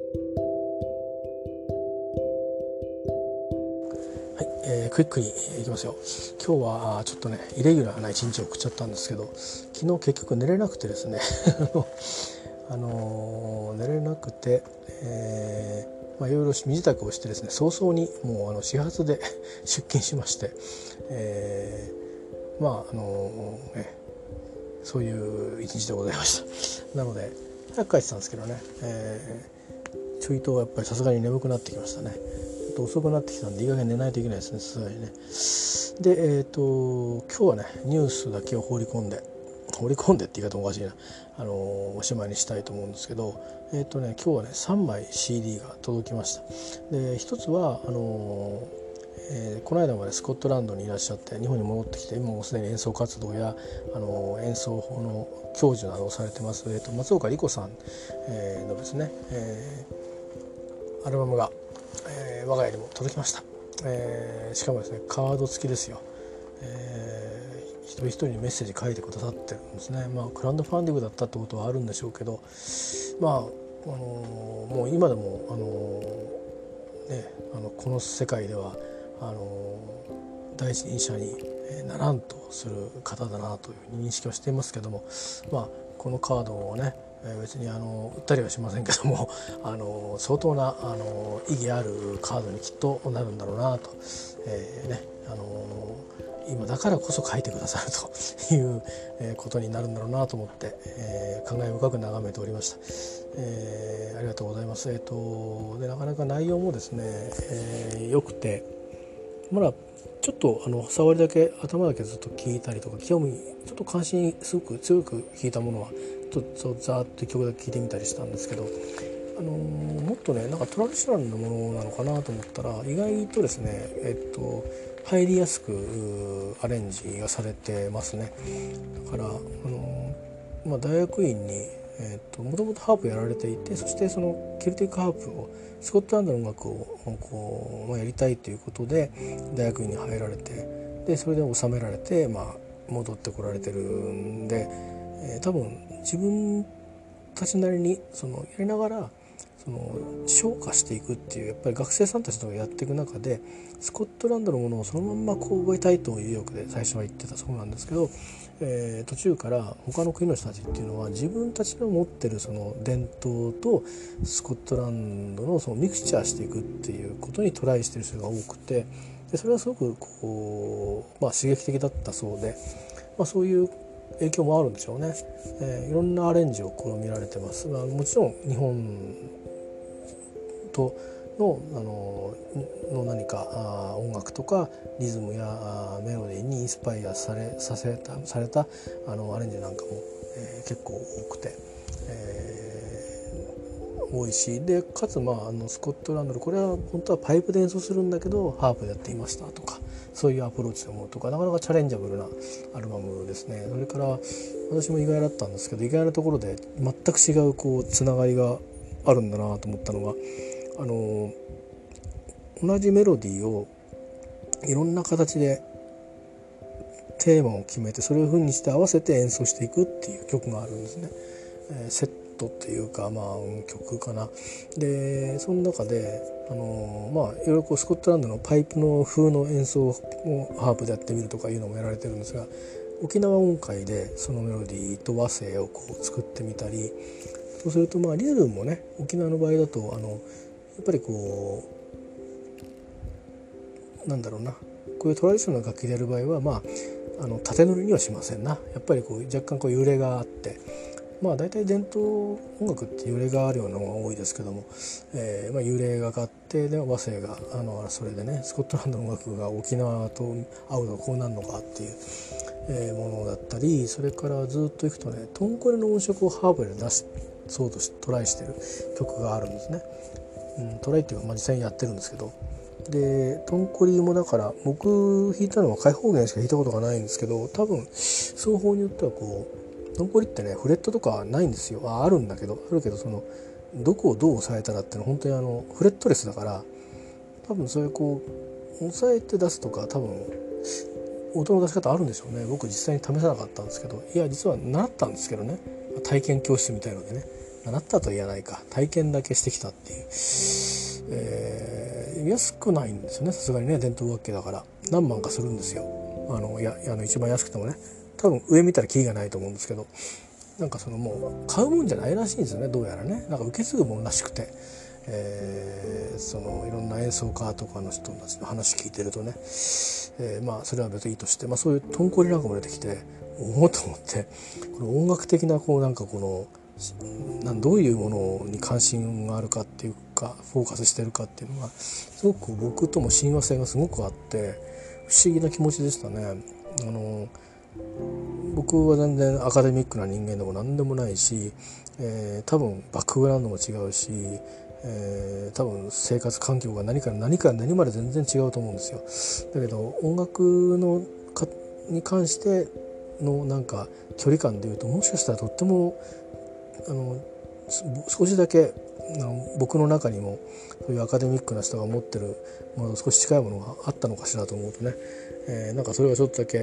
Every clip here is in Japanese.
クイックにいきますよ。今日はちょっとねイレギュラーな一日を送っちゃったんですけど、昨日結局寝れなくてですね寝れなくて、いろいろ身支度をしてですね、早々にもう始発で出勤しまして、そういう一日でございました。なので早く帰ってたんですけどね、ちょいとやっぱりさすがに眠くなってきましたね。遅くなってきたんでいい加減寝ないといけないですね、さすがにね。で、今日はねニュースだけを放り込んでって言い方もおかしいな、おしまいにしたいと思うんですけど、今日はね3枚 CD が届きました。で一つはこの間までスコットランドにいらっしゃって日本に戻ってきて今もうすでに演奏活動や演奏法の教授などをされてます、松岡莉子さん、のですね、アルバムが我が家にも届きました。しかもですねカード付きですよ。一人一人にメッセージ書いてくださってるんですね。クラウドファンディングだったってことはあるんでしょうけど、もう今でもこの世界では第一人者にならんとする方だなというふうに認識をしていますけども、このカードをね別に売ったりはしませんけども相当な意義あるカードにきっとなるんだろうなと、今だからこそ書いてくださるということになるんだろうなと思って、感慨深く眺めておりました。ありがとうございます。でなかなか内容もですね、良くてまだちょっと触りだけ頭だけずっと聞いたりとか興味ちょっと関心すごく強く聞いたものはちょっとザーッと曲だけ聞いてみたりしたんですけど、もっとねなんかトラディショナルなものなのかなと思ったら意外とですね、入りやすくアレンジがされてますね。だから大学院にもともとハープやられていて、そしてそのケルティックハープをスコットランドの音楽をやりたいということで大学院に入られて、でそれで収められて、戻ってこられてるんで、多分自分たちなりにやりながら昇華していくっていう、やっぱり学生さんたちとやっていく中でスコットランドのものをそのまんま覚えたいという意欲で最初は言ってたそうなんですけど、途中から他の国の人たちっていうのは自分たちの持ってるその伝統とスコットランドのミクスチャーしていくっていうことにトライしてる人が多くて、でそれはすごく刺激的だったそうで、そういう影響もあるんでしょうね。いろんなアレンジを試みられてます。もちろん日本との何か音楽とかリズムやメロディーにインスパイアされたアレンジなんかも、結構多くて、多いし、でかつスコットランドでこれは本当はパイプで演奏するんだけどハープでやっていましたとか、そういうアプローチのものとかなかなかチャレンジャブルなアルバムですね。それから私も意外だったんですけど、意外なところで全く違うつながりがあるんだなと思ったのが、同じメロディーをいろんな形でテーマを決めてそれを風にして合わせて演奏していくっていう曲があるんですね。セットっていうか曲かな。でその中でいろいろスコットランドのパイプの風の演奏をハープでやってみるとかいうのもやられてるんですが、沖縄音階でそのメロディーと和声を作ってみたり、そうするとリズムもね沖縄の場合だとやっぱりなんだろうな、こういうトラディショナルな楽器でやる場合は縦乗りにはしませんな。やっぱり若干揺れがあって、大体伝統音楽って揺れがあるようなのが多いですけども、揺れがあってで和声がそれでねスコットランドの音楽が沖縄と合うのはこうなるのかっていう、ものだったり、それからずっといくとねトンコレの音色をハーブで出そうとトライしてる曲があるんですね。トライっていうか実際にやってるんですけど、でトンコリもだから僕弾いたのは開放弦しか弾いたことがないんですけど、多分奏法によってはトンコリってねフレットとかないんですよ。あるんだけどどこをどう押さえたらっていうのは本当にフレットレスだから、多分それ押さえて出すとか多分音の出し方あるんでしょうね。僕実際に試さなかったんですけど、いや実は習ったんですけどね、体験教室みたいのでね習ったと言えないか、体験だけしてきたっていう、安くないんですよね、さすがにね。伝統楽器だから何万かするんですよ。一番安くてもね、多分上見たらキリがないと思うんですけど、なんかそのもう買うもんじゃないらしいんですよね、どうやらね。なんか受け継ぐものらしくて、そのいろんな演奏家とかの人たちの話聞いてるとね、まあそれは別にいいとして、まあ、そういうトンコリなんかも出てきて、おおと思って、この音楽的なこうなんかこのどういうものに関心があるかっていうか、フォーカスしてるかっていうのがすごく僕とも親和性がすごくあって、不思議な気持ちでしたね。僕は全然アカデミックな人間でも何でもないし、多分バックグラウンドも違うし、多分生活環境が何から何まで全然違うと思うんですよ。だけど音楽に関してのなんか距離感でいうと、もしかしたらとっても少しだけ僕の中にもそういうアカデミックな人が持ってるものと少し近いものがあったのかしらと思うとね、なんかそれがちょっとだけ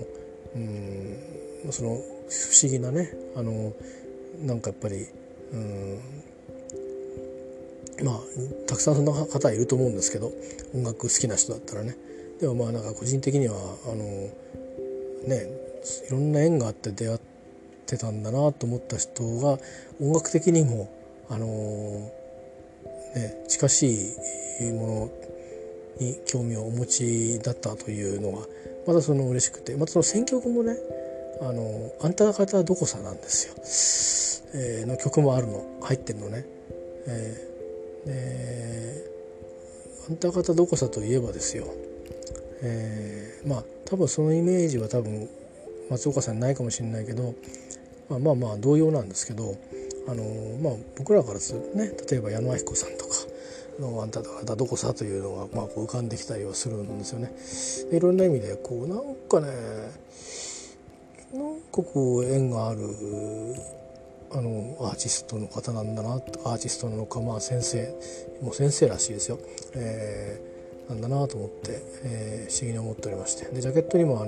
その不思議なね、なんかやっぱりまあたくさんそんな方いると思うんですけど、音楽好きな人だったらね。でもまあなんか個人的にはね、いろんな縁があって出会ってたんだなと思った人が音楽的にも近しいものに興味をお持ちだったというのがまたその嬉しくて、またその選曲もね、あんた方どこさなんですよ、の曲もあるの入ってるのね。あんた方どこさといえばですよ、まあ多分そのイメージは多分松岡さんないかもしれないけど、まあ同様なんですけど、まあ僕らからするとね、例えば矢野顕子さんとかのあんた方どこさというのがまあこう浮かんできたりはするんですよね。でいろんな意味でこうなんかこう縁があるアーティストの方なんだな、アーティストなのか、まあ先生らしいですよ、なんだなと思って、不思議に思っておりまして、でジャケットにも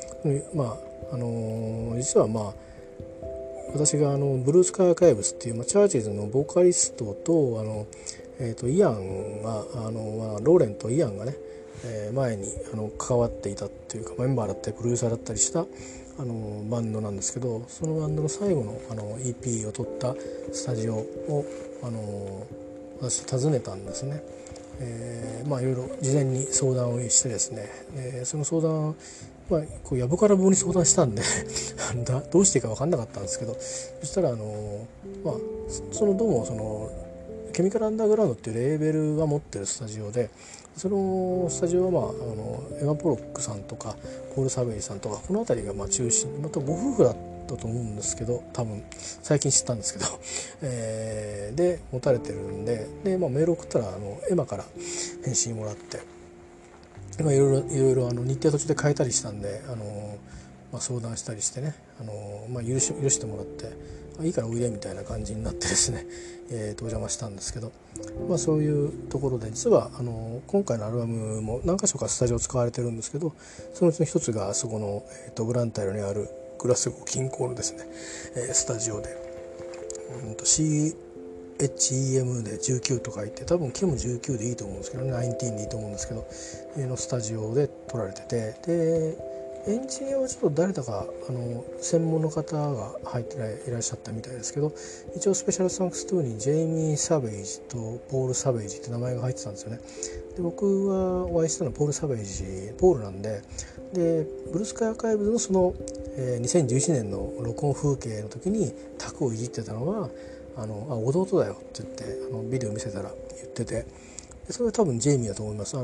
実はまあ私がブルースカイアーカイブスっていう、チャーチーズのボーカリストとイアンがローレンとイアンがね、前に関わっていたっていうか、メンバーだったりプロデューサーだったりしたバンドなんですけど、そのバンドの最後のEP を撮ったスタジオを私訪ねたんですね。いろいろ事前に相談をしてですね、その相談こうやぶから棒に相談したんでどうしていいか分かんなかったんですけど、そしたらどうもそのケミカルアンダーグラウンドっていうレーベルが持ってるスタジオで、そのスタジオはエマ・ポロックさんとかポール・サベイジさんとかこの辺りが中心に、またご夫婦だったと思うんですけど、多分最近知ったんですけどで持たれてるんで、メール送ったらエマから返信もらって、いろいろ日程途中で変えたりしたんで相談したりしてね、許してもらって、いいからおいでみたいな感じになってですね、お邪魔したんですけど、そういうところで実は今回のアルバムも何か所かスタジオ使われてるんですけど、そのうちの一つがそこの、ブランタイロにあるグラスゴー近郊のですね、スタジオで、HEM で19と書いて、多分キム19でいいと思うんですけどね、19でいいと思うんですけど、のスタジオで撮られてて、でエンジニアはちょっと誰だか専門の方が入っていらっしゃったみたいですけど、一応スペシャルサンクス2にジェイミー・サベイジとポール・サベイジって名前が入ってたんですよね。で僕はお会いしたのはポール・サベイジ、ポールなんで、ブルースカイアーカイブズのその、2011年の録音風景の時にタクをいじってたのは弟だよって言ってビデオ見せたら言ってて、それは多分ジェイミーだと思います。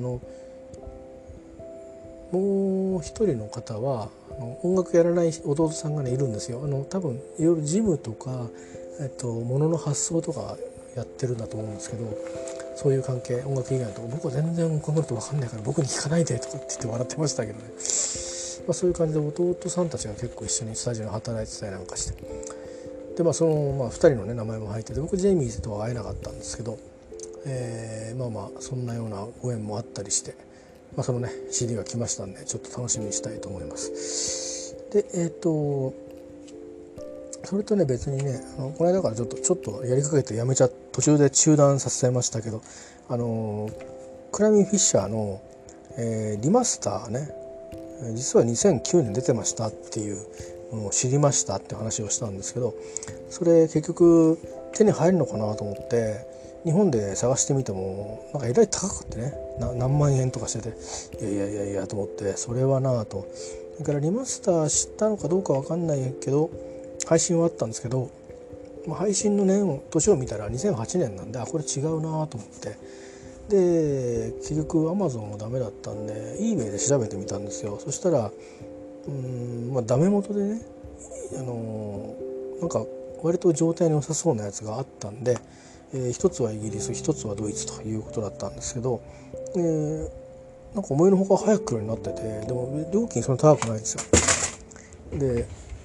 もう一人の方は音楽やらない弟さんがねいるんですよ。多分いろいろジムとか物の発送とかやってるんだと思うんですけど、そういう関係、音楽以外と僕は全然音楽のこと分かんないから僕に聞かないでとかって言って笑ってましたけどね、そういう感じで弟さんたちが結構一緒にスタジオで働いてたりなんかして、でその2人のね名前も入ってて、僕ジェイミーズとは会えなかったんですけど、そんなようなご縁もあったりして、そのね CD が来ましたんでちょっと楽しみにしたいと思います。でそれとね別にねこの間からちょっとやりかけて途中で中断させちゃいましたけど、クラミー・フィッシャーの、リマスターね、実は2009年出てましたっていうのを知りましたって話をしたんですけど、それ結局手に入るのかなと思って日本で探してみてもなんかえらい高くてね、何万円とかしてて、いやと思って、それはなと。それからリマスター知ったのかどうか分かんないけど配信はあったんですけど、配信の年を見たら2008年なんで、これ違うなと思って、で結局 Amazon もダメだったんで eBay で調べてみたんですよ。そしたらダメ元でね、なんか割と状態の良さそうなやつがあったんで、一つはイギリス、一つはドイツということだったんですけど、なんか思いのほか早く来るようになってて、でも料金そんな高くないんですよ。で、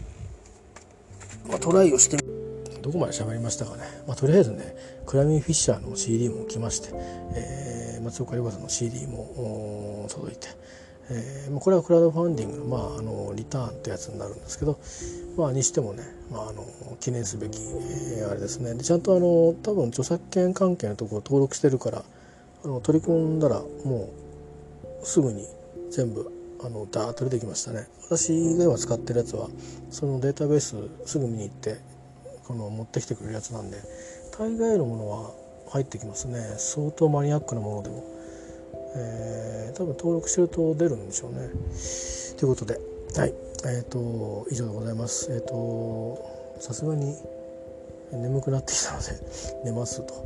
トライをしてどこまで喋りましたかね。とりあえずねクラミー・フィッシャーの CD も来まして、松岡亮子さんの CD も届いて、これはクラウドファンディングの、リターンってやつになるんですけど、にしてもね、記念すべき、あれですね。でちゃんと多分著作権関係のところ登録してるから取り込んだらもうすぐに全部ダーッと出てきましたね。私が今使ってるやつはそのデータベースすぐ見に行って持ってきてくれるやつなんで、大概のものは入ってきますね。相当マニアックなものでも、多分登録してると出るんでしょうね。ということで、はい、以上でございます。さすがに眠くなってきたので寝ますと、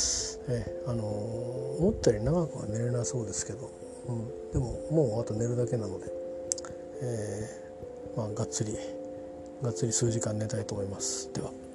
思ったより長くは寝れなそうですけど、でももうあと寝るだけなので、がっつり数時間寝たいと思います。では。